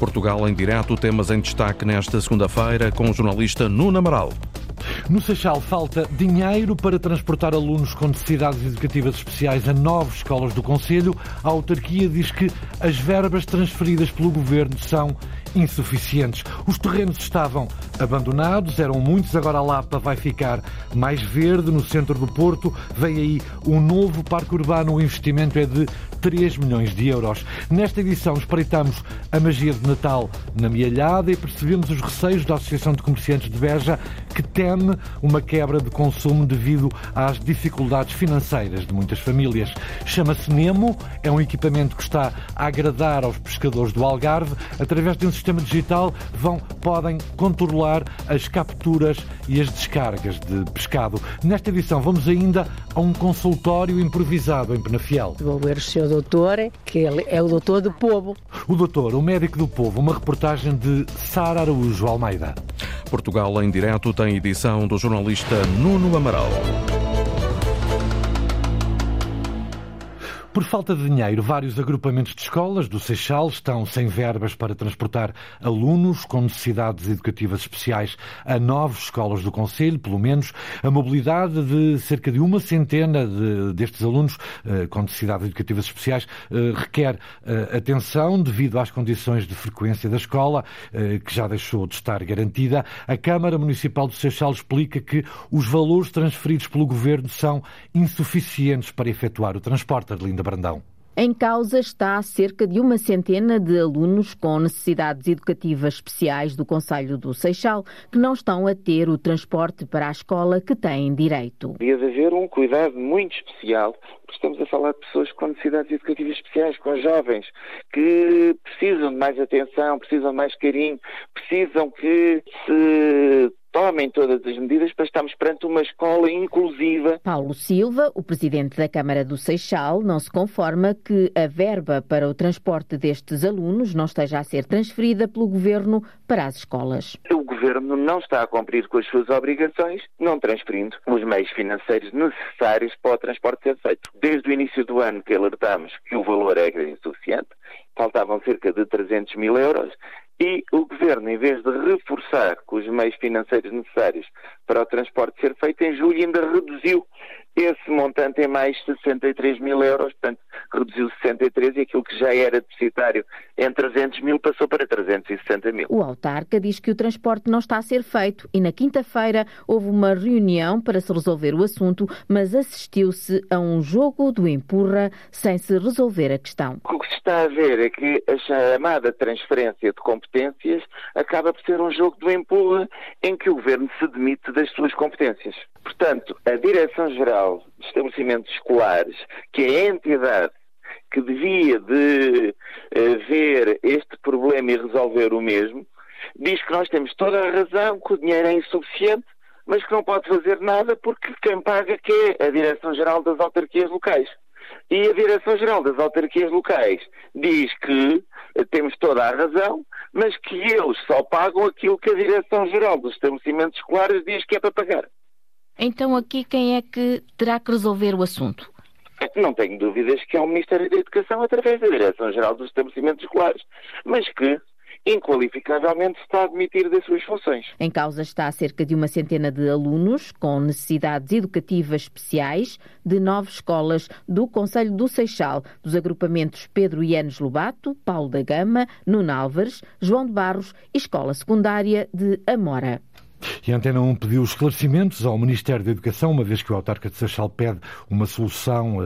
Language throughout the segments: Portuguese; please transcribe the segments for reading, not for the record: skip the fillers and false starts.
Portugal em direto, temas em destaque nesta segunda-feira com o jornalista Nuno Amaral. No Seixal falta dinheiro para transportar alunos com necessidades educativas especiais a 9 escolas do concelho. A autarquia diz que as verbas transferidas pelo governo são insuficientes. Os terrenos estavam abandonados, eram muitos, agora a Lapa vai ficar mais verde no centro do Porto. Vem aí um novo parque urbano, o investimento é de 3 milhões de euros. Nesta edição espreitamos a magia de Natal na Mialhada e percebemos os receios da Associação de Comerciantes de Beja, que teme uma quebra de consumo devido às dificuldades financeiras de muitas famílias. Chama-se Nemo, é um equipamento que está a agradar aos pescadores do Algarve. Através de um sistema digital podem controlar as capturas e as descargas de pescado. Nesta edição vamos ainda a um consultório improvisado em Penafiel. Vou ver o seu doutor, que ele é o doutor do povo. O doutor, o médico do povo, uma reportagem de Sara Araújo Almeida. Portugal em direto tem edição do jornalista Nuno Amaral. Por falta de dinheiro, vários agrupamentos de escolas do Seixal estão sem verbas para transportar alunos com necessidades educativas especiais a 9 escolas do concelho, pelo menos. A mobilidade de cerca de uma centena destes alunos com necessidades educativas especiais requer atenção devido às condições de frequência da escola, que já deixou de estar garantida. A Câmara Municipal do Seixal explica que os valores transferidos pelo Governo são insuficientes para efetuar o transporte. Arlinda Brandão. Em causa está cerca de uma centena de alunos com necessidades educativas especiais do concelho do Seixal que não estão a ter o transporte para a escola que têm direito. Devia haver um cuidado muito especial, porque estamos a falar de pessoas com necessidades educativas especiais, com jovens que precisam de mais atenção, precisam de mais carinho, precisam que se tomem todas as medidas para estarmos perante uma escola inclusiva. Paulo Silva, o presidente da Câmara do Seixal, não se conforma que a verba para o transporte destes alunos não esteja a ser transferida pelo Governo para as escolas. O Governo não está a cumprir com as suas obrigações, não transferindo os meios financeiros necessários para o transporte ser feito. Desde o início do ano que alertámos que o valor era insuficiente, faltavam cerca de 300 mil euros, e o Governo, em vez de reforçar com os meios financeiros necessários para o transporte ser feito, em julho ainda reduziu esse montante em mais 63 mil euros, portanto reduziu 63 e aquilo que já era deficitário em 300 mil passou para 360 mil. O autarca diz que o transporte não está a ser feito e na quinta-feira houve uma reunião para se resolver o assunto, mas assistiu-se a um jogo do empurra sem se resolver a questão. O que se está a ver é que a chamada transferência de competências acaba por ser um jogo do empurra em que o Governo se demite das suas competências. Portanto, a Direção-Geral de Estabelecimentos Escolares, que é a entidade que devia de ver este problema e resolver o mesmo, diz que nós temos toda a razão, que o dinheiro é insuficiente, mas que não pode fazer nada porque quem paga que é a Direção-Geral das Autarquias Locais. E a Direção-Geral das Autarquias Locais diz que temos toda a razão, mas que eles só pagam aquilo que a Direção-Geral dos Estabelecimentos Escolares diz que é para pagar. Então aqui quem é que terá que resolver o assunto? Não tenho dúvidas que é o Ministério da Educação através da Direção-Geral dos Estabelecimentos Escolares, mas que inqualificavelmente se está a demitir das suas funções. Em causa está cerca de uma centena de alunos com necessidades educativas especiais de 9 escolas do concelho do Seixal, dos agrupamentos Pedro Ianes Lobato, Paulo da Gama, Nuno Álvares, João de Barros e Escola Secundária de Amora. E a Antena 1 pediu esclarecimentos ao Ministério da Educação, uma vez que o autarca de Seixal pede uma solução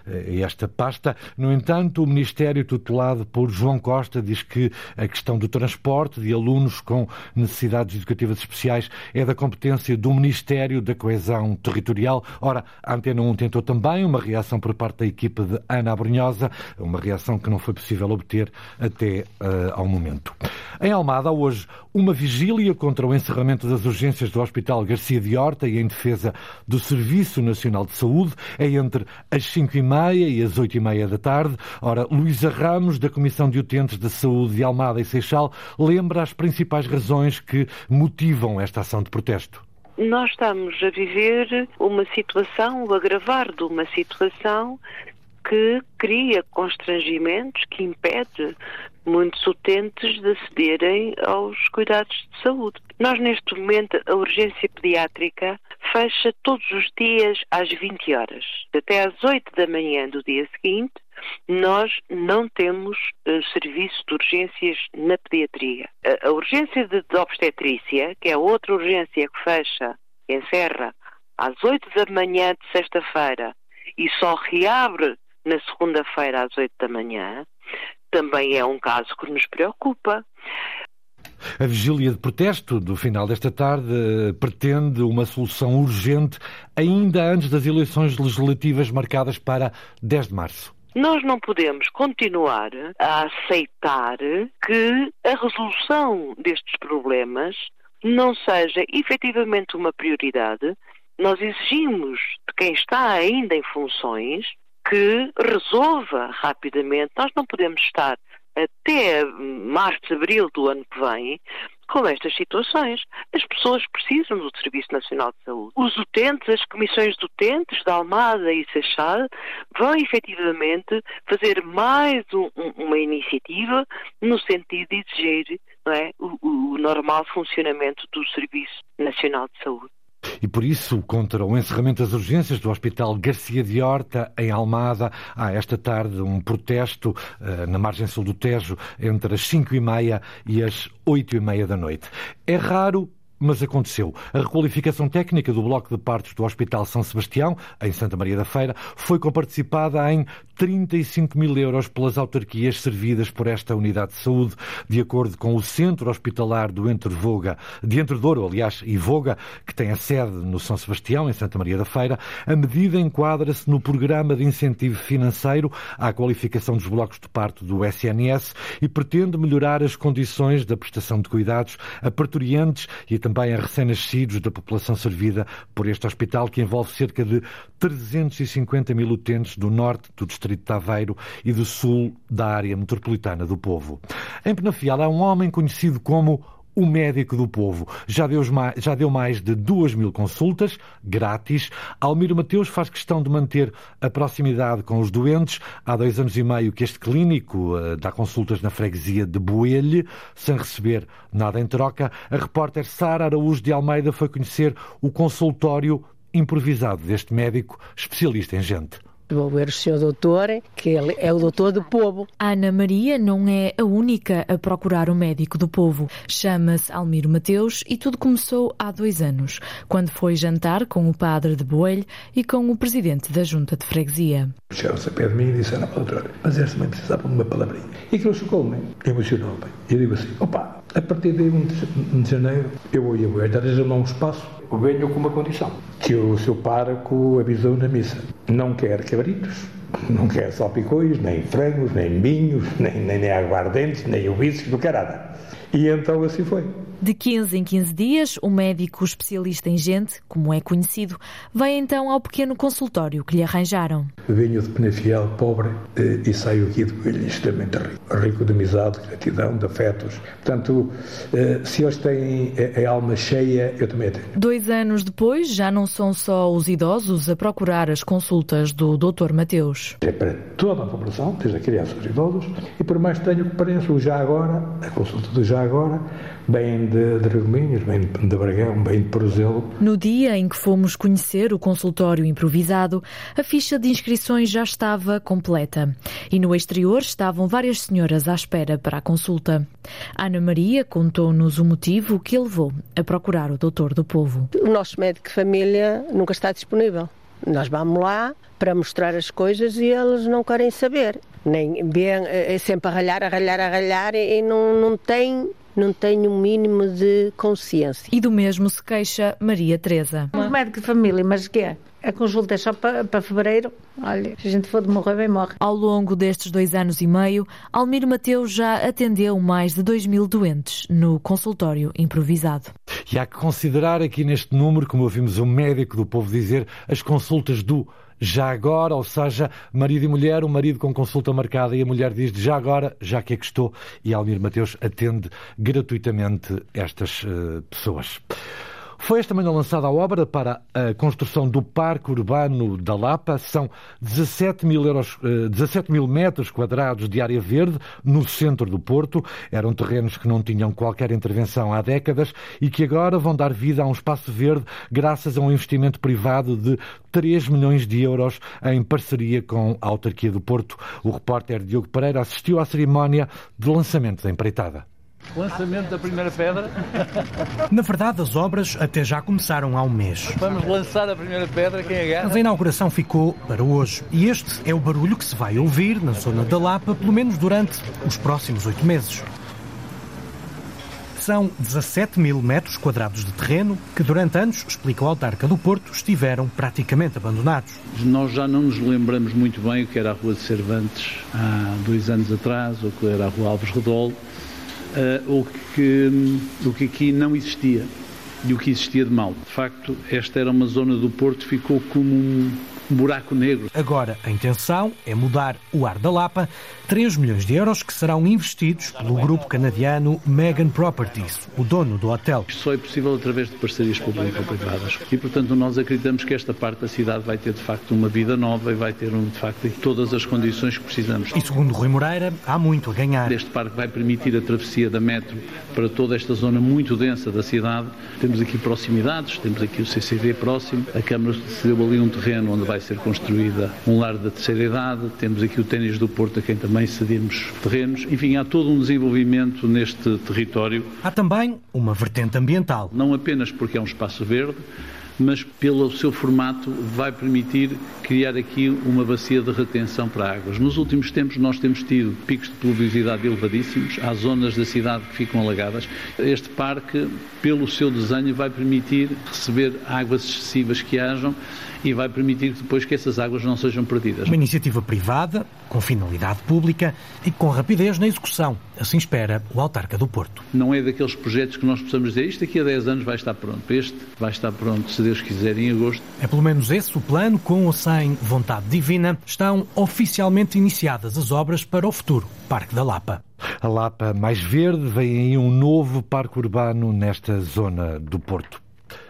a esta pasta. No entanto, o Ministério, tutelado por João Costa, diz que a questão do transporte de alunos com necessidades educativas especiais é da competência do Ministério da Coesão Territorial. Ora, a Antena 1 tentou também uma reação por parte da equipa de Ana Abrunhosa, uma reação que não foi possível obter até ao momento. Em Almada, hoje, uma vigília contra o encerramento das urgências do Hospital Garcia de Horta e em defesa do Serviço Nacional de Saúde é entre as 5h30 e as 8h30 da tarde. Ora, Luísa Ramos, da Comissão de Utentes da Saúde de Almada e Seixal, lembra as principais razões que motivam esta ação de protesto. Nós estamos a viver uma situação, o agravar de uma situação que cria constrangimentos, que impede muitos utentes de acederem aos cuidados de saúde. Nós, neste momento, a urgência pediátrica fecha todos os dias às 20 horas. Até às 8 da manhã do dia seguinte, nós não temos serviço de urgências na pediatria. A urgência de obstetrícia, que é outra urgência que fecha, encerra às 8 da manhã de sexta-feira e só reabre na segunda-feira às 8 da manhã, também é um caso que nos preocupa. A vigília de protesto do final desta tarde pretende uma solução urgente ainda antes das eleições legislativas marcadas para 10 de março. Nós não podemos continuar a aceitar que a resolução destes problemas não seja efetivamente uma prioridade. Nós exigimos de quem está ainda em funções que resolva rapidamente. Nós não podemos estar até março, abril do ano que vem com estas situações. As pessoas precisam do Serviço Nacional de Saúde. Os utentes, as comissões de utentes de Almada e Seixal vão efetivamente fazer mais uma iniciativa no sentido de exigir, não é, o normal funcionamento do Serviço Nacional de Saúde. E por isso, contra o encerramento das urgências do Hospital Garcia de Horta, em Almada, há esta tarde um protesto na margem sul do Tejo entre as 5h30 e as 8h30 da noite. É raro, mas aconteceu. A requalificação técnica do bloco de partos do Hospital São Sebastião, em Santa Maria da Feira, foi comparticipada em 35 mil euros pelas autarquias servidas por esta unidade de saúde, de acordo com o Centro Hospitalar de Entredouro, aliás, e Voga, que tem a sede no São Sebastião, em Santa Maria da Feira. A medida enquadra-se no programa de incentivo financeiro à qualificação dos blocos de parto do SNS e pretende melhorar as condições da prestação de cuidados a parturientes e também a recém-nascidos da população servida por este hospital, que envolve cerca de 350 mil utentes do norte do distrito de Aveiro e do sul da área metropolitana do Povo. Em Penafiel há um homem conhecido como o médico do povo. Já deu mais de 2.000 consultas, grátis. Almiro Mateus faz questão de manter a proximidade com os doentes. Há 2 anos e meio que este clínico dá consultas na freguesia de Boelho, sem receber nada em troca. A repórter Sara Araújo de Almeida foi conhecer o consultório improvisado deste médico especialista em gente. Vou ver o Sr. Doutor, que ele é o doutor do povo. Ana Maria não é a única a procurar o médico do povo. Chama-se Almiro Mateus e tudo começou há 2 anos, quando foi jantar com o padre de Boelho e com o presidente da junta de freguesia. Chegaram-se a pé de mim e disseram: doutor, mas esta mãe precisava de uma palavrinha. E aquilo chocou-me, emocionou-me. E eu digo assim: opa, a partir de 1 de janeiro eu vou dar um espaço. Venho com uma condição, que o seu pároco avisou na missa: não quer cabritos, não quer salpicões, nem frangos, nem vinhos, nem aguardentes, nem ouriços, não quer nada. E então assim foi. De 15 em 15 dias, o médico especialista em gente, como é conhecido, vai então ao pequeno consultório que lhe arranjaram. Venho de Penafiel, pobre, e saio aqui de Boelho extremamente rico. Rico de amizade, de gratidão, de afetos. Portanto, se eles têm a alma cheia, eu também a tenho. 2 anos depois, já não são só os idosos a procurar as consultas do Dr. Mateus. É para toda a população, desde a criança aos idosos, e por mais que tenho que pareça o já agora, a consulta do já agora, bem de Regominhos, bem de Bragão, bem de Porozelo. No dia em que fomos conhecer o consultório improvisado, a ficha de inscrições já estava completa. E no exterior estavam várias senhoras à espera para a consulta. Ana Maria contou-nos o motivo que a levou a procurar o doutor do povo. O nosso médico de família nunca está disponível. Nós vamos lá para mostrar as coisas e eles não querem saber. Nem bem, é sempre a ralhar e não tem um mínimo de consciência. E do mesmo se queixa Maria Teresa. Um médico de família, mas o quê? A consulta é só para fevereiro. Olha, se a gente for de morrer, bem morre. Ao longo destes 2 anos e meio, Almiro Mateus já atendeu mais de 2.000 doentes no consultório improvisado. E há que considerar aqui neste número, como ouvimos o médico do povo dizer, as consultas do já agora, ou seja, marido e mulher, o marido com consulta marcada e a mulher diz já agora, já que aqui estou, e Almiro Mateus atende gratuitamente estas pessoas. Foi esta manhã lançada a obra para a construção do Parque Urbano da Lapa. São 17 mil metros quadrados de área verde no centro do Porto. Eram terrenos que não tinham qualquer intervenção há décadas e que agora vão dar vida a um espaço verde graças a um investimento privado de 3 milhões de euros em parceria com a autarquia do Porto. O repórter Diogo Pereira assistiu à cerimónia de lançamento da empreitada. Lançamento da primeira pedra. Na verdade, as obras até já começaram há um mês. Vamos lançar a primeira pedra, quem agarra? Mas a inauguração ficou para hoje. E este é o barulho que se vai ouvir na zona da Lapa, pelo menos durante os próximos 8 meses. São 17 mil metros quadrados de terreno que durante anos, explica o autarca do Porto, estiveram praticamente abandonados. Nós já não nos lembramos muito bem o que era a Rua de Cervantes há 2 anos atrás, ou o que era a Rua Alves Redol, o que aqui não existia e o que existia de mal. De facto, esta era uma zona do Porto que ficou como um buraco negro. Agora, a intenção é mudar o ar da Lapa, 3 milhões de euros que serão investidos pelo grupo canadiano Megan Properties, o dono do hotel. Isto só é possível através de parcerias público-privadas e, portanto, nós acreditamos que esta parte da cidade vai ter, de facto, uma vida nova e vai ter, de facto, todas as condições que precisamos. E, segundo Rui Moreira, há muito a ganhar. Este parque vai permitir a travessia da metro para toda esta zona muito densa da cidade. Temos aqui proximidades, temos aqui o CCV próximo, a Câmara cedeu ali um terreno onde vai ser construída um lar da terceira idade, temos aqui o Ténis do Porto, a quem também cedemos terrenos. Enfim, há todo um desenvolvimento neste território. Há também uma vertente ambiental. Não apenas porque é um espaço verde, mas pelo seu formato vai permitir criar aqui uma bacia de retenção para águas. Nos últimos tempos nós temos tido picos de pluviosidade elevadíssimos, há zonas da cidade que ficam alagadas. Este parque, pelo seu desenho, vai permitir receber águas excessivas que hajam e vai permitir depois que essas águas não sejam perdidas. Uma iniciativa privada, com finalidade pública e com rapidez na execução. Assim espera o autarca do Porto. Não é daqueles projetos que nós possamos dizer isto daqui a 10 anos vai estar pronto. Este vai estar pronto, se Deus quiser, em agosto. É pelo menos esse o plano. Com ou sem vontade divina, estão oficialmente iniciadas as obras para o futuro Parque da Lapa. A Lapa mais verde, vem aí um novo parque urbano nesta zona do Porto.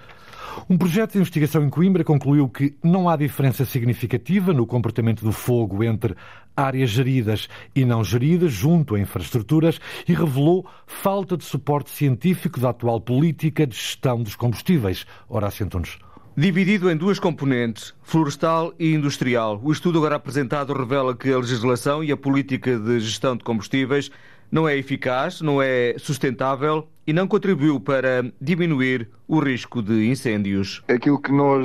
Um projeto de investigação em Coimbra concluiu que não há diferença significativa no comportamento do fogo entre áreas geridas e não geridas junto a infraestruturas e revelou falta de suporte científico da atual política de gestão dos combustíveis. Horácio Antunes. Dividido em 2 componentes, florestal e industrial, o estudo agora apresentado revela que a legislação e a política de gestão de combustíveis não é eficaz, não é sustentável e não contribuiu para diminuir o risco de incêndios. Aquilo que nós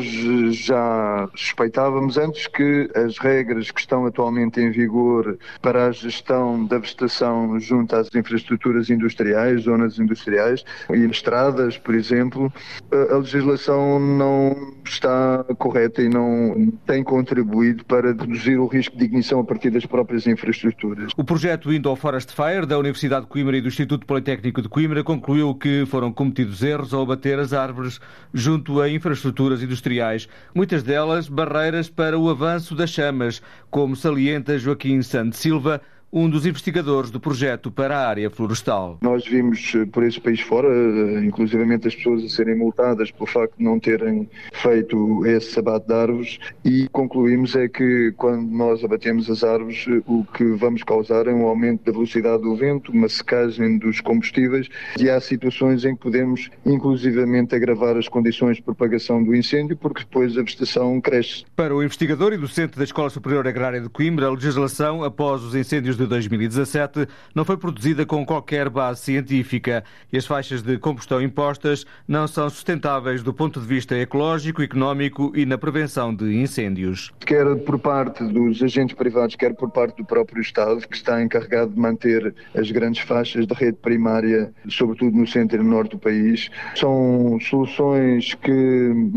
já suspeitávamos antes, que as regras que estão atualmente em vigor para a gestão da vegetação junto às infraestruturas industriais, zonas industriais e estradas, por exemplo, a legislação não está correta e não tem contribuído para reduzir o risco de ignição a partir das próprias infraestruturas. O projeto Indoor Forest Fire da Universidade de Coimbra e do Instituto Politécnico de Coimbra concluiu que foram cometidos erros ao abater as árvores junto a infraestruturas industriais, muitas delas barreiras para o avanço das chamas, como salienta Joaquim Santos Silva, um dos investigadores do projeto para a área florestal. Nós vimos por esse país fora, inclusivamente as pessoas a serem multadas pelo facto de não terem feito esse abate de árvores e concluímos é que quando nós abatemos as árvores o que vamos causar é um aumento da velocidade do vento, uma secagem dos combustíveis e há situações em que podemos inclusivamente agravar as condições de propagação do incêndio porque depois a vegetação cresce. Para o investigador e docente da Escola Superior Agrária de Coimbra, a legislação após os incêndios de 2017 não foi produzida com qualquer base científica e as faixas de combustão impostas não são sustentáveis do ponto de vista ecológico, económico e na prevenção de incêndios. Quer por parte dos agentes privados, quer por parte do próprio Estado, que está encarregado de manter as grandes faixas de rede primária, sobretudo no centro e no norte do país, são soluções que não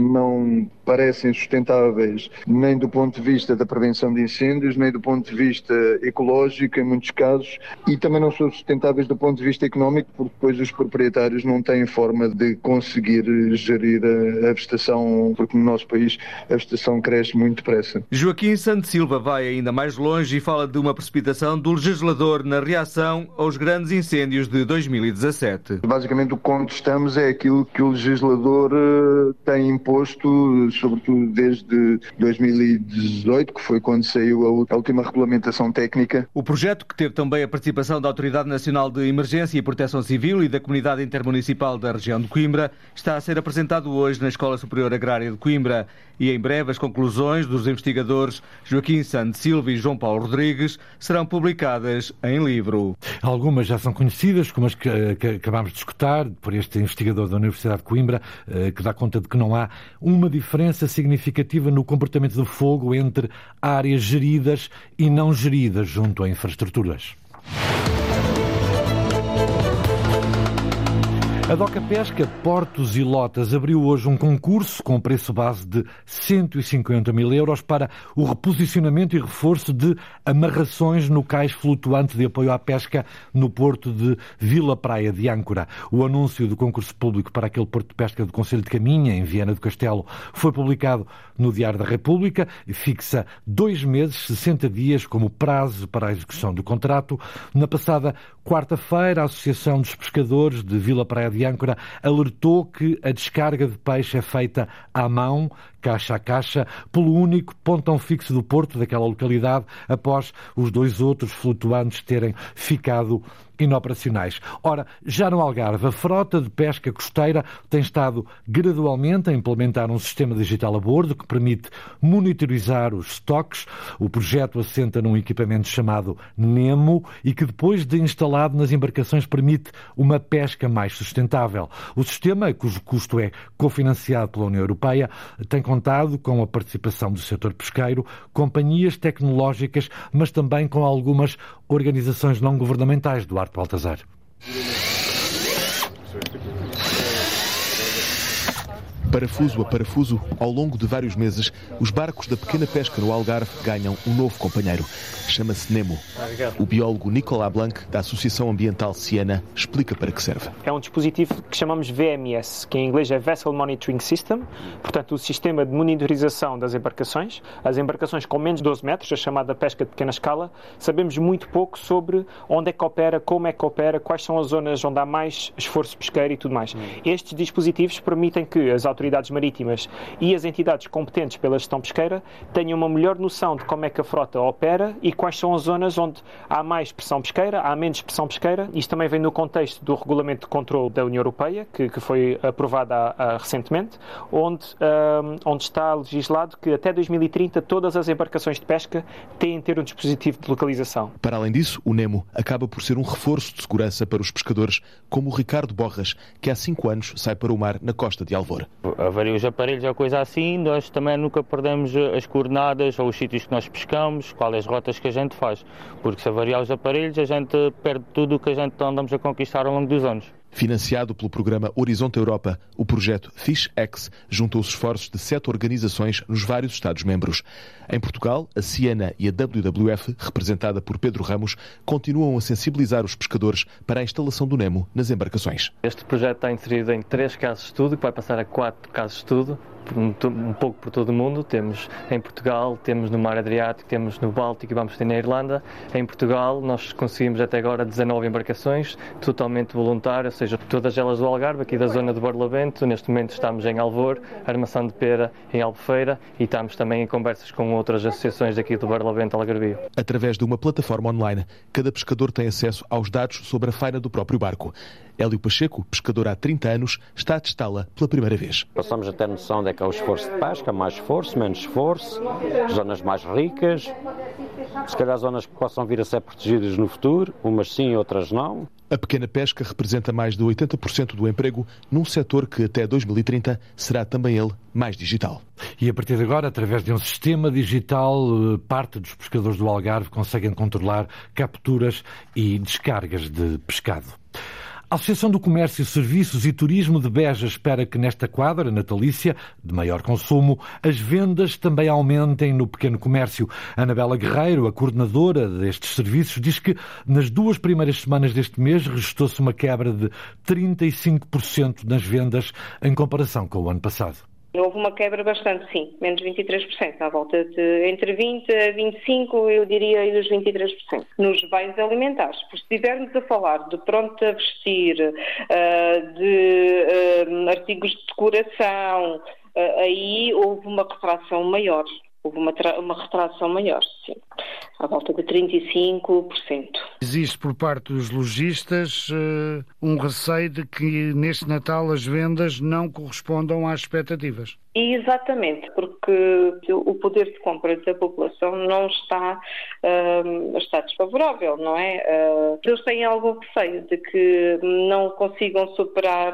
não parecem sustentáveis nem do ponto de vista da prevenção de incêndios, nem do ponto de vista ecológico, em muitos casos, e também não são sustentáveis do ponto de vista económico, porque depois os proprietários não têm forma de conseguir gerir a vegetação, porque no nosso país a vegetação cresce muito depressa. Joaquim Santos Silva vai ainda mais longe e fala de uma precipitação do legislador na reação aos grandes incêndios de 2017. Basicamente o que contestamos é aquilo que o legislador tem imposto, sobretudo desde 2018, que foi quando saiu a última regulamentação técnica. O projeto, que teve também a participação da Autoridade Nacional de Emergência e Proteção Civil e da Comunidade Intermunicipal da região de Coimbra, está a ser apresentado hoje na Escola Superior Agrária de Coimbra e em breve as conclusões dos investigadores Joaquim Santos Silva e João Paulo Rodrigues serão publicadas em livro. Algumas já são conhecidas, como as que acabámos de escutar por este investigador da Universidade de Coimbra, que dá conta de que não há uma diferença significativa no comportamento do fogo entre áreas geridas e não geridas junto a infraestruturas. A Doca Pesca, Portos e Lotas abriu hoje um concurso com preço base de 150 mil euros para o reposicionamento e reforço de amarrações no cais flutuante de apoio à pesca no porto de Vila Praia de Âncora. O anúncio do concurso público para aquele porto de pesca do Concelho de Caminha, em Viana do Castelo, foi publicado no Diário da República e fixa 2 meses, 60 dias como prazo para a execução do contrato. Na passada quarta-feira, a Associação dos Pescadores de Vila Praia de Âncora alertou que a descarga de peixe é feita à mão, caixa a caixa, pelo único pontão fixo do porto daquela localidade, após os 2 outros flutuantes terem ficado inoperacionais. Ora, já no Algarve, a frota de pesca costeira tem estado gradualmente a implementar um sistema digital a bordo que permite monitorizar os estoques. O projeto assenta num equipamento chamado Nemo e que, depois de instalado nas embarcações, permite uma pesca mais sustentável. O sistema, cujo custo é cofinanciado pela União Europeia, tem contado com a participação do setor pesqueiro, companhias tecnológicas, mas também com algumas organizações não governamentais. Duarte Baltazar. Parafuso a parafuso, ao longo de vários meses, os barcos da pequena pesca no Algarve ganham um novo companheiro. Chama-se Nemo. O biólogo Nicolas Blanc, da Associação Ambiental Siena, explica para que serve. É um dispositivo que chamamos VMS, que em inglês é Vessel Monitoring System, portanto o sistema de monitorização das embarcações. As embarcações com menos de 12 metros, a chamada pesca de pequena escala, sabemos muito pouco sobre onde é que opera, como é que opera, quais são as zonas onde há mais esforço pesqueiro e tudo mais. Estes dispositivos permitem que as autoridades marítimas e as entidades competentes pela gestão pesqueira tenham uma melhor noção de como é que a frota opera e quais são as zonas onde há mais pressão pesqueira, há menos pressão pesqueira. Isto também vem no contexto do Regulamento de Controlo da União Europeia, que foi aprovado recentemente, onde está legislado que até 2030 todas as embarcações de pesca têm de ter um dispositivo de localização. Para além disso, o Nemo acaba por ser um reforço de segurança para os pescadores, como o Ricardo Borras, que há 5 anos sai para o mar na costa de Alvor. Avaria os aparelhos ou coisa assim, nós também nunca perdemos as coordenadas ou os sítios que nós pescamos, quais as rotas que a gente faz, porque se avariar os aparelhos a gente perde tudo o que a gente andamos a conquistar ao longo dos anos. Financiado pelo programa Horizonte Europa, o projeto FishX juntou os esforços de 7 organizações nos vários Estados-membros. Em Portugal, a Siena e a WWF, representada por Pedro Ramos, continuam a sensibilizar os pescadores para a instalação do Nemo nas embarcações. Este projeto está inserido em 3 casos de estudo, que vai passar a 4 casos de estudo, um pouco por todo o mundo. Temos em Portugal, temos no Mar Adriático, temos no Báltico e vamos ter na Irlanda. Em Portugal nós conseguimos até agora 19 embarcações, totalmente voluntárias, ou seja, todas elas do Algarve, aqui da zona de Barlavento. Neste momento estamos em Alvor, Armação de Pera em Albufeira e estamos também em conversas com outras associações daqui do Barlavento Algarvio. Através de uma plataforma online, cada pescador tem acesso aos dados sobre a faina do próprio barco. Hélio Pacheco, pescador há 30 anos, está a testá-la pela primeira vez. Passamos a ter noção de que há o esforço de pesca, mais esforço, menos esforço, zonas mais ricas, se calhar zonas que possam vir a ser protegidas no futuro, umas sim, outras não. A pequena pesca representa mais de 80% do emprego num setor que até 2030 será também ele mais digital. E a partir de agora, através de um sistema digital, parte dos pescadores do Algarve conseguem controlar capturas e descargas de pescado. A Associação do Comércio, Serviços e Turismo de Beja espera que nesta quadra natalícia de maior consumo, as vendas também aumentem no pequeno comércio. Anabela Guerreiro, a coordenadora destes serviços, diz que nas 2 primeiras semanas deste mês registrou-se uma quebra de 35% nas vendas em comparação com o ano passado. Houve uma quebra bastante, sim, menos 23%, à volta de entre 20% a 25%, eu diria, e dos 23%. Nos bens alimentares, se estivermos a falar de pronto a vestir, de artigos de decoração, aí houve uma retração maior. Houve uma retração maior, sim, à volta de 35%. Existe por parte dos lojistas um receio de que neste Natal as vendas não correspondam às expectativas. Exatamente, porque o poder de compra da população não está desfavorável, não é? Eles têm algum receio de que não consigam superar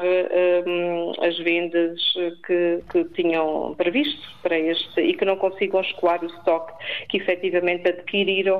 as vendas que tinham previsto para este e que não consigam escoar o estoque que efetivamente adquiriram.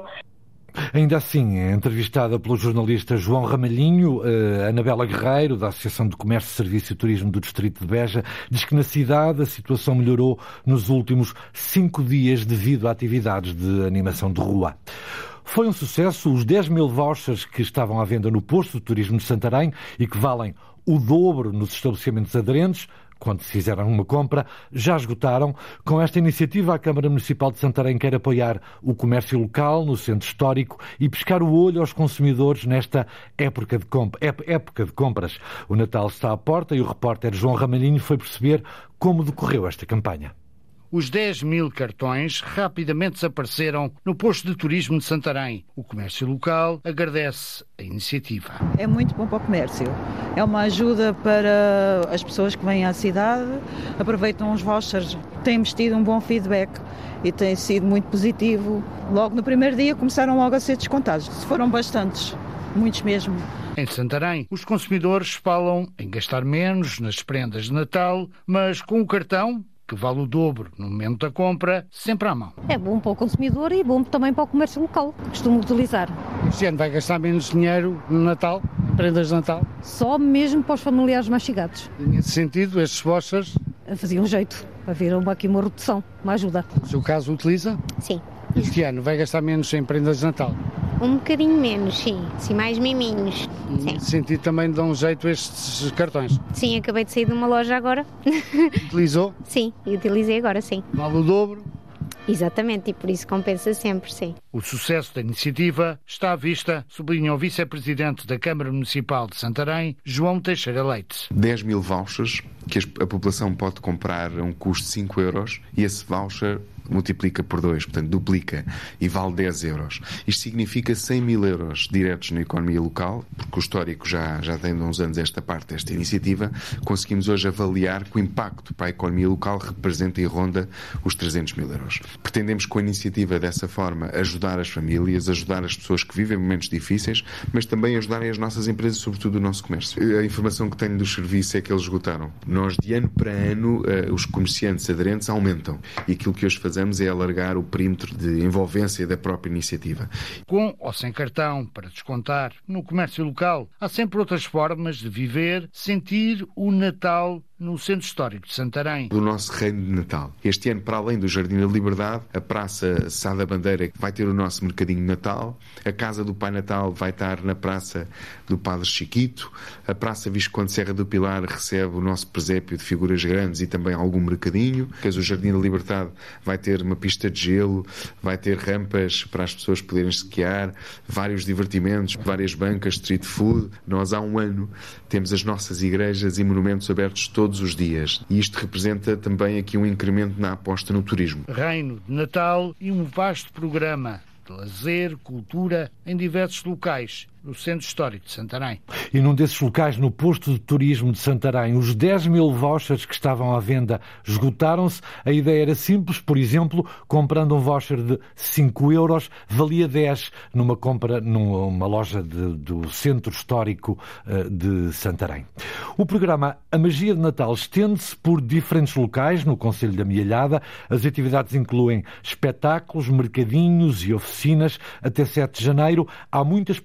Ainda assim, é entrevistada pelo jornalista João Ramalhinho, Anabela Guerreiro, da Associação de Comércio, Serviço e Turismo do Distrito de Beja, diz que na cidade a situação melhorou nos últimos 5 dias devido a atividades de animação de rua. Foi um sucesso os 10.000 vouchers que estavam à venda no posto de turismo de Santarém e que valem o dobro nos estabelecimentos aderentes. Quando se fizeram uma compra, já esgotaram. Com esta iniciativa, a Câmara Municipal de Santarém quer apoiar o comércio local no centro histórico e pescar o olho aos consumidores nesta época de compras. O Natal está à porta e o repórter João Ramalhinho foi perceber como decorreu esta campanha. Os 10.000 cartões rapidamente desapareceram no posto de turismo de Santarém. O comércio local agradece a iniciativa. É muito bom para o comércio. É uma ajuda para as pessoas que vêm à cidade, aproveitam os vouchers. Temos tido um bom feedback e tem sido muito positivo. Logo no primeiro dia começaram logo a ser descontados. Foram bastantes, muitos mesmo. Em Santarém, os consumidores falam em gastar menos nas prendas de Natal, mas com o cartão, que vale o dobro no momento da compra, sempre à mão. É bom para o consumidor e bom também para o comércio local. Costumo utilizar. Este ano vai gastar menos dinheiro no Natal, em prendas de Natal? Só mesmo para os familiares mais chegados. Nesse sentido, estes vouchers fazia um jeito, para ver aqui uma redução, uma ajuda. No seu caso, utiliza? Sim. Este ano vai gastar menos em prendas de Natal? Um bocadinho menos, sim. Sim, mais miminhos. Nesse sentido também dão um jeito estes cartões? Sim, acabei de sair de uma loja agora. Utilizou? Sim, utilizei agora, sim. Vale o dobro? Exatamente, e por isso compensa sempre, sim. O sucesso da iniciativa está à vista, sublinha o vice-presidente da Câmara Municipal de Santarém, João Teixeira Leite. 10.000 vouchers que a população pode comprar a um custo de 5 euros e esse voucher multiplica por 2, portanto duplica e vale 10 euros. Isto significa 100.000 euros diretos na economia local, porque o histórico já tem de uns anos esta parte desta iniciativa. Conseguimos hoje avaliar que o impacto para a economia local representa e ronda os 300.000 euros. Pretendemos com a iniciativa dessa forma ajudar as famílias, ajudar as pessoas que vivem momentos difíceis, mas também ajudarem as nossas empresas, sobretudo o nosso comércio. A informação que tenho dos serviços é que eles esgotaram. Nós de ano para ano os comerciantes aderentes aumentam e aquilo que hoje fazemos é alargar o perímetro de envolvência da própria iniciativa. Com ou sem cartão para descontar no comércio local, há sempre outras formas de viver, sentir o Natal no Centro Histórico de Santarém. Do nosso reino de Natal. Este ano, para além do Jardim da Liberdade, a Praça Sá da Bandeira vai ter o nosso mercadinho de Natal, a Casa do Pai Natal vai estar na Praça do Padre Chiquito, a Praça Visconde Serra do Pilar recebe o nosso presépio de figuras grandes e também algum mercadinho. O Jardim da Liberdade vai ter uma pista de gelo, vai ter rampas para as pessoas poderem esquiar, vários divertimentos, várias bancas, street food. Nós há um ano temos as nossas igrejas e monumentos abertos todos os dias. E isto representa também aqui um incremento na aposta no turismo. Reino de Natal e um vasto programa de lazer, cultura, em diversos locais no Centro Histórico de Santarém. E num desses locais, no posto de turismo de Santarém, os 10.000 vouchers que estavam à venda esgotaram-se. A ideia era simples, por exemplo, comprando um voucher de 5 euros, valia 10 numa compra numa loja do Centro Histórico de Santarém. O programa A Magia de Natal estende-se por diferentes locais no Concelho da Mialhada. As atividades incluem espetáculos, mercadinhos e oficinas. Até 7 de janeiro há muitas propostas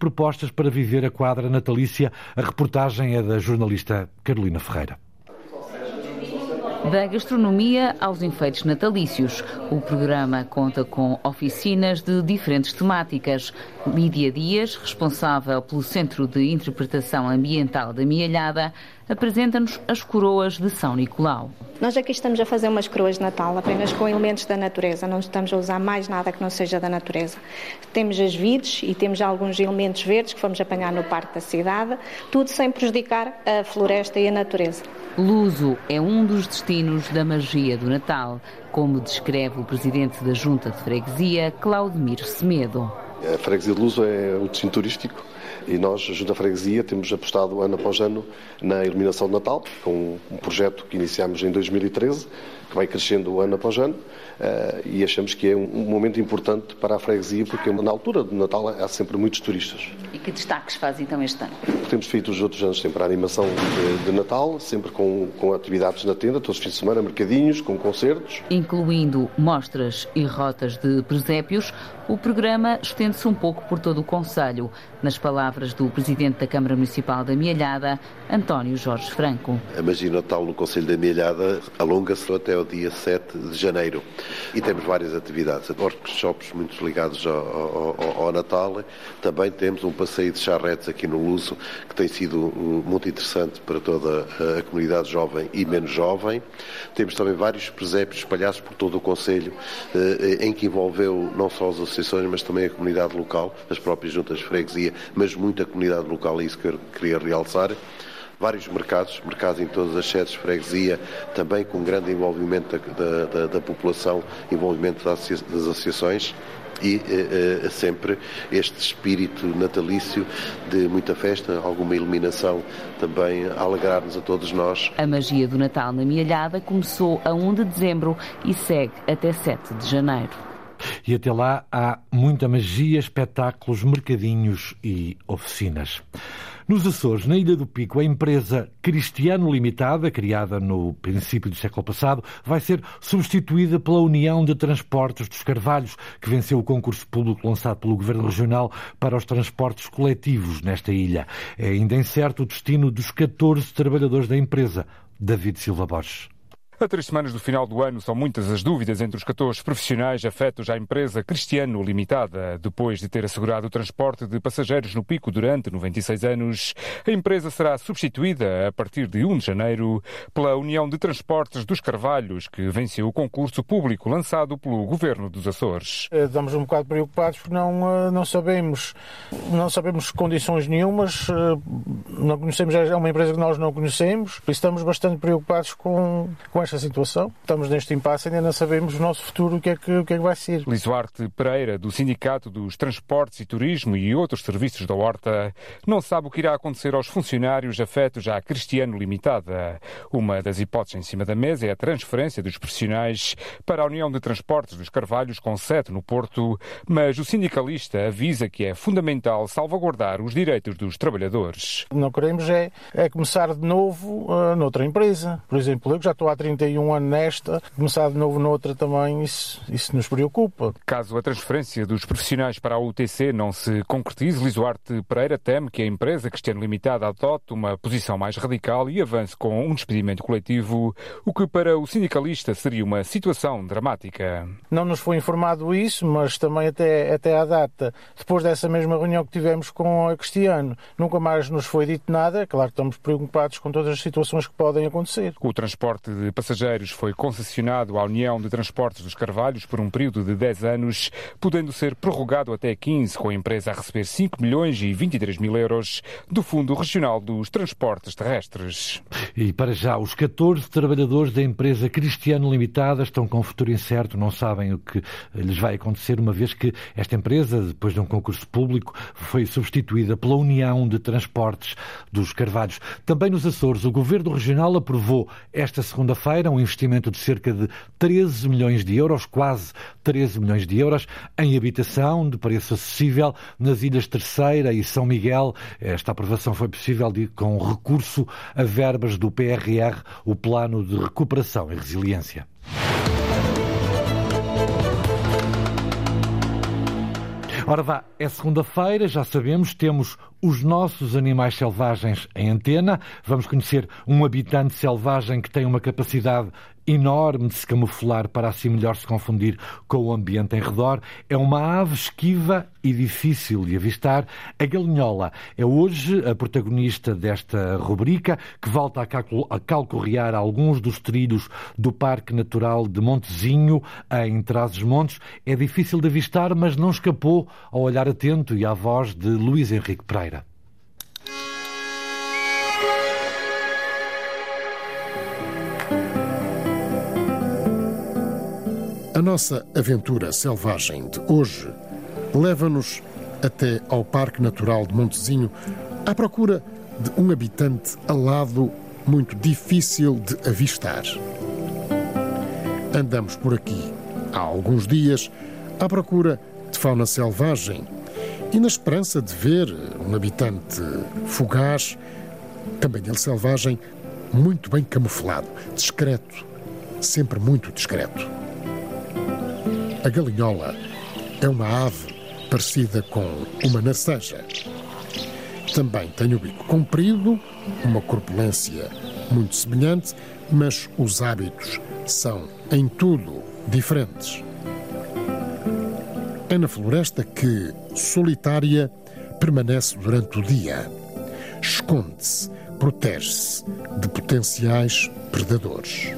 forças para viver a quadra natalícia. A reportagem é da jornalista Carolina Ferreira. Da gastronomia aos enfeites natalícios, o programa conta com oficinas de diferentes temáticas. Lídia Dias, responsável pelo Centro de Interpretação Ambiental da Mialhada, apresenta-nos as coroas de São Nicolau. Nós aqui estamos a fazer umas coroas de Natal apenas com elementos da natureza, não estamos a usar mais nada que não seja da natureza. Temos as vides e temos alguns elementos verdes que fomos apanhar no parque da cidade, tudo sem prejudicar a floresta e a natureza. Luso é um dos destinos da magia do Natal, como descreve o presidente da Junta de Freguesia, Claudemir Semedo. A freguesia de Luso é um destino turístico e nós, junto à freguesia, temos apostado ano após ano na iluminação de Natal, com um projeto que iniciámos em 2013, que vai crescendo ano após ano, e achamos que é um momento importante para a freguesia, porque na altura do Natal há sempre muitos turistas. E que destaques faz então este ano? Temos feito os outros anos sempre a animação de Natal, sempre com atividades na tenda, todos os fins de semana, mercadinhos, com concertos. Incluindo mostras e rotas de presépios, o programa estende-se um pouco por todo o concelho. Nas palavras do Presidente da Câmara Municipal da Mialhada, António Jorge Franco. A magia Natal no Concelho da Mialhada alonga-se até o dia 7 de janeiro e temos várias atividades, workshops muito ligados ao Natal. Também temos um passeio de charretes aqui no Luso, que tem sido muito interessante para toda a comunidade jovem e menos jovem. Temos também vários presépios espalhados por todo o Concelho, em que envolveu não só as associações, mas também a comunidade local, as próprias juntas de freguesia, mas muita comunidade local, é isso que eu queria realçar. Vários mercados em todas as sedes de freguesia, também com grande envolvimento da população, envolvimento das associações e sempre este espírito natalício de muita festa, alguma iluminação também a alegrar-nos a todos nós. A magia do Natal na Mialhada começou a 1 de dezembro e segue até 7 de janeiro. E até lá há muita magia, espetáculos, mercadinhos e oficinas. Nos Açores, na Ilha do Pico, a empresa Cristiano Limitada, criada no princípio do século passado, vai ser substituída pela União de Transportes dos Carvalhos, que venceu o concurso público lançado pelo Governo Regional para os transportes coletivos nesta ilha. É ainda incerto o destino dos 14 trabalhadores da empresa. David Silva Borges. A 3 semanas do final do ano, são muitas as dúvidas entre os 14 profissionais afetos à empresa Cristiano Limitada. Depois de ter assegurado o transporte de passageiros no Pico durante 96 anos, a empresa será substituída a partir de 1 de janeiro pela União de Transportes dos Carvalhos, que venceu o concurso público lançado pelo Governo dos Açores. Estamos um bocado preocupados porque não sabemos condições nenhumas, não conhecemos, é uma empresa que nós não conhecemos, e estamos bastante preocupados com esta situação. Estamos neste impasse, ainda não sabemos o nosso futuro, o que é que vai ser. Lisoarte Pereira, do Sindicato dos Transportes e Turismo e outros serviços da Horta, não sabe o que irá acontecer aos funcionários afetos à Cristiano Limitada. Uma das hipóteses em cima da mesa é a transferência dos profissionais para a União de Transportes dos Carvalhos, com sede no Porto, mas o sindicalista avisa que é fundamental salvaguardar os direitos dos trabalhadores. Não queremos é começar de novo noutra empresa. Por exemplo, eu que já estou há 31 anos nesta, começar de novo noutra também, isso nos preocupa. Caso a transferência dos profissionais para a UTC não se concretize, Lisoarte Pereira teme que a empresa Cristiano Limitada adote uma posição mais radical e avance com um despedimento coletivo, o que para o sindicalista seria uma situação dramática. Não nos foi informado isso, mas também até à data, depois dessa mesma reunião que tivemos com a Cristiano, nunca mais nos foi dito nada. Claro que estamos preocupados com todas as situações que podem acontecer. O transporte de passageiros foi concessionado à União de Transportes dos Carvalhos por um período de 10 anos, podendo ser prorrogado até 15, com a empresa a receber 5 milhões e 23 mil euros do Fundo Regional dos Transportes Terrestres. E para já, os 14 trabalhadores da empresa Cristiano Limitada estão com um futuro incerto, não sabem o que lhes vai acontecer, uma vez que esta empresa, depois de um concurso público, foi substituída pela União de Transportes dos Carvalhos. Também nos Açores, o Governo Regional aprovou esta segunda-feira um investimento de cerca de 13 milhões de euros, quase 13 milhões de euros, em habitação de preço acessível nas Ilhas Terceira e São Miguel. Esta aprovação foi possível com recurso a verbas do PRR, o Plano de Recuperação e Resiliência. Ora vá, é segunda-feira, já sabemos, temos Os Nossos Animais Selvagens em Antena. Vamos conhecer um habitante selvagem que tem uma capacidade enorme de se camuflar para assim melhor se confundir com o ambiente em redor. É uma ave esquiva e difícil de avistar. A galinhola é hoje a protagonista desta rubrica, que volta a calcorrear alguns dos trilhos do Parque Natural de Montezinho, em Trás-os-Montes. É difícil de avistar, mas não escapou ao olhar atento e à voz de Luís Henrique Pereira. A nossa aventura selvagem de hoje leva-nos até ao Parque Natural de Montezinho à procura de um habitante alado muito difícil de avistar. Andamos por aqui há alguns dias à procura de fauna selvagem e na esperança de ver um habitante fugaz, também ele selvagem, muito bem camuflado, discreto, sempre muito discreto. A galinhola é uma ave parecida com uma narceja. Também tem o bico comprido, uma corpulência muito semelhante, mas os hábitos são, em tudo, diferentes. É na floresta que, solitária, permanece durante o dia. Esconde-se, protege-se de potenciais predadores.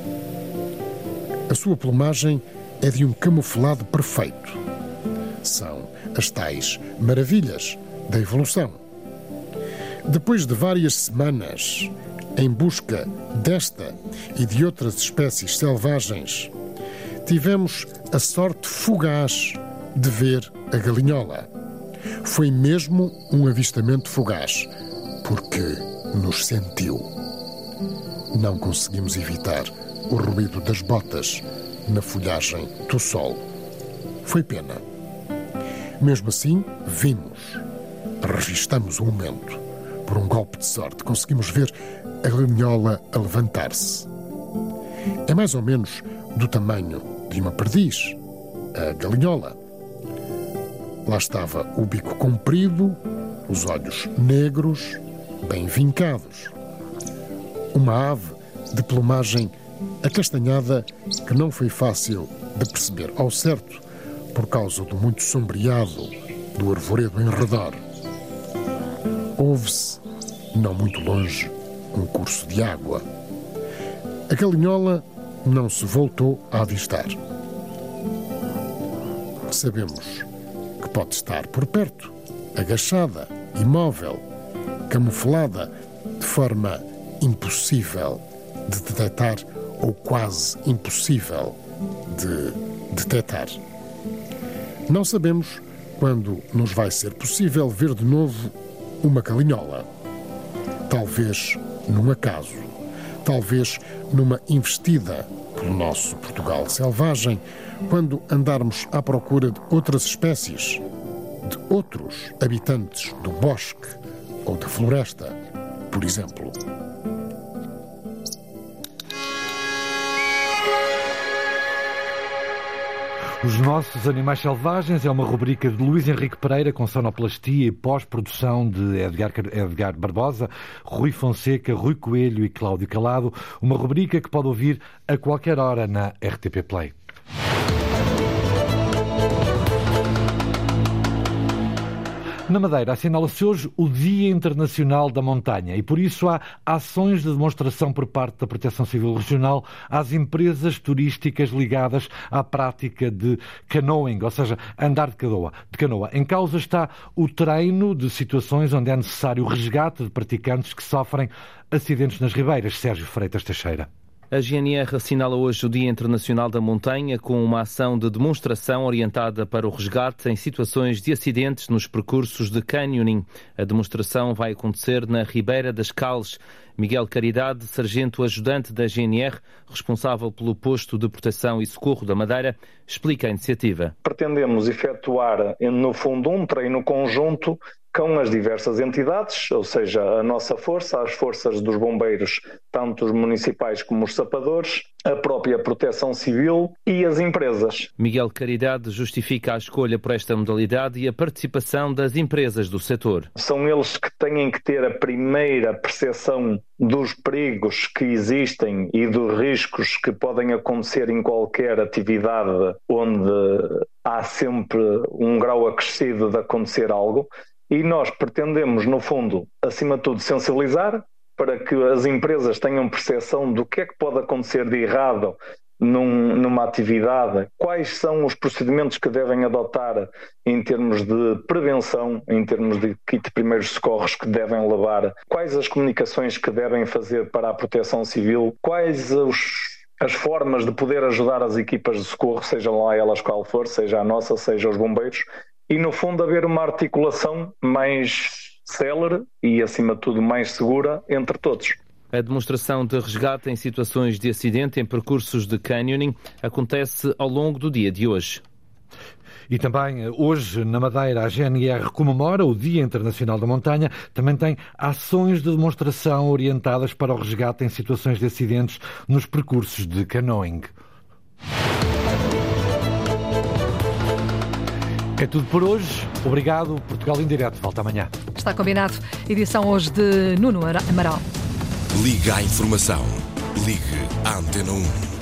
A sua plumagem é de um camuflado perfeito. São as tais maravilhas da evolução. Depois de várias semanas em busca desta e de outras espécies selvagens, tivemos a sorte fugaz de ver a galinhola. Foi mesmo um avistamento fugaz, porque nos sentiu. Não conseguimos evitar o ruído das botas na folhagem do sol. Foi pena. Mesmo assim, vimos, registamos o momento. Por um golpe de sorte, conseguimos ver a galinhola a levantar-se. É mais ou menos do tamanho de uma perdiz, a galinhola. Lá estava o bico comprido, os olhos negros, bem vincados. Uma ave de plumagem acastanhada que não foi fácil de perceber ao certo por causa do muito sombreado do arvoredo em redor. Ouve-se, não muito longe, um curso de água. A galinhola não se voltou a avistar. Sabemos que pode estar por perto, agachada, imóvel, camuflada, de forma impossível de detectar ou quase impossível de detectar. Não sabemos quando nos vai ser possível ver de novo uma galinhola. Talvez num acaso, talvez numa investida pelo nosso Portugal selvagem, quando andarmos à procura de outras espécies, de outros habitantes do bosque ou da floresta, por exemplo. Os Nossos Animais Selvagens é uma rubrica de Luís Henrique Pereira com sonoplastia e pós-produção de Edgar Barbosa, Rui Fonseca, Rui Coelho e Cláudio Calado. Uma rubrica que pode ouvir a qualquer hora na RTP Play. Na Madeira assinala-se hoje o Dia Internacional da Montanha e por isso há ações de demonstração por parte da Proteção Civil Regional às empresas turísticas ligadas à prática de canoeing, ou seja, andar de canoa. Em causa está o treino de situações onde é necessário o resgate de praticantes que sofrem acidentes nas ribeiras. Sérgio Freitas Teixeira. A GNR assinala hoje o Dia Internacional da Montanha com uma ação de demonstração orientada para o resgate em situações de acidentes nos percursos de canyoning. A demonstração vai acontecer na Ribeira das Cales. Miguel Caridade, sargento ajudante da GNR, responsável pelo posto de proteção e socorro da Madeira, explica a iniciativa. Pretendemos efetuar, no fundo, um treino conjunto com as diversas entidades, ou seja, a nossa força, as forças dos bombeiros, tanto os municipais como os sapadores, a própria Proteção Civil e as empresas. Miguel Caridade justifica a escolha por esta modalidade e a participação das empresas do setor. São eles que têm que ter a primeira percepção dos perigos que existem e dos riscos que podem acontecer em qualquer atividade onde há sempre um grau acrescido de acontecer algo. E nós pretendemos, no fundo, acima de tudo, sensibilizar para que as empresas tenham percepção do que é que pode acontecer de errado numa atividade, quais são os procedimentos que devem adotar em termos de prevenção, em termos de kit de primeiros socorros que devem levar, quais as comunicações que devem fazer para a Proteção Civil, quais as formas de poder ajudar as equipas de socorro, sejam lá elas qual for, seja a nossa, seja os bombeiros, e no fundo haver uma articulação mais célere e acima de tudo mais segura entre todos. A demonstração de resgate em situações de acidente em percursos de canyoning acontece ao longo do dia de hoje. E também hoje, na Madeira, a GNR comemora o Dia Internacional da Montanha. Também tem ações de demonstração orientadas para o resgate em situações de acidentes nos percursos de canoeing. É tudo por hoje. Obrigado. Portugal em Direto. Volta amanhã. Está combinado. Edição hoje de Nuno Amaral. Liga à informação. Ligue à Antena 1.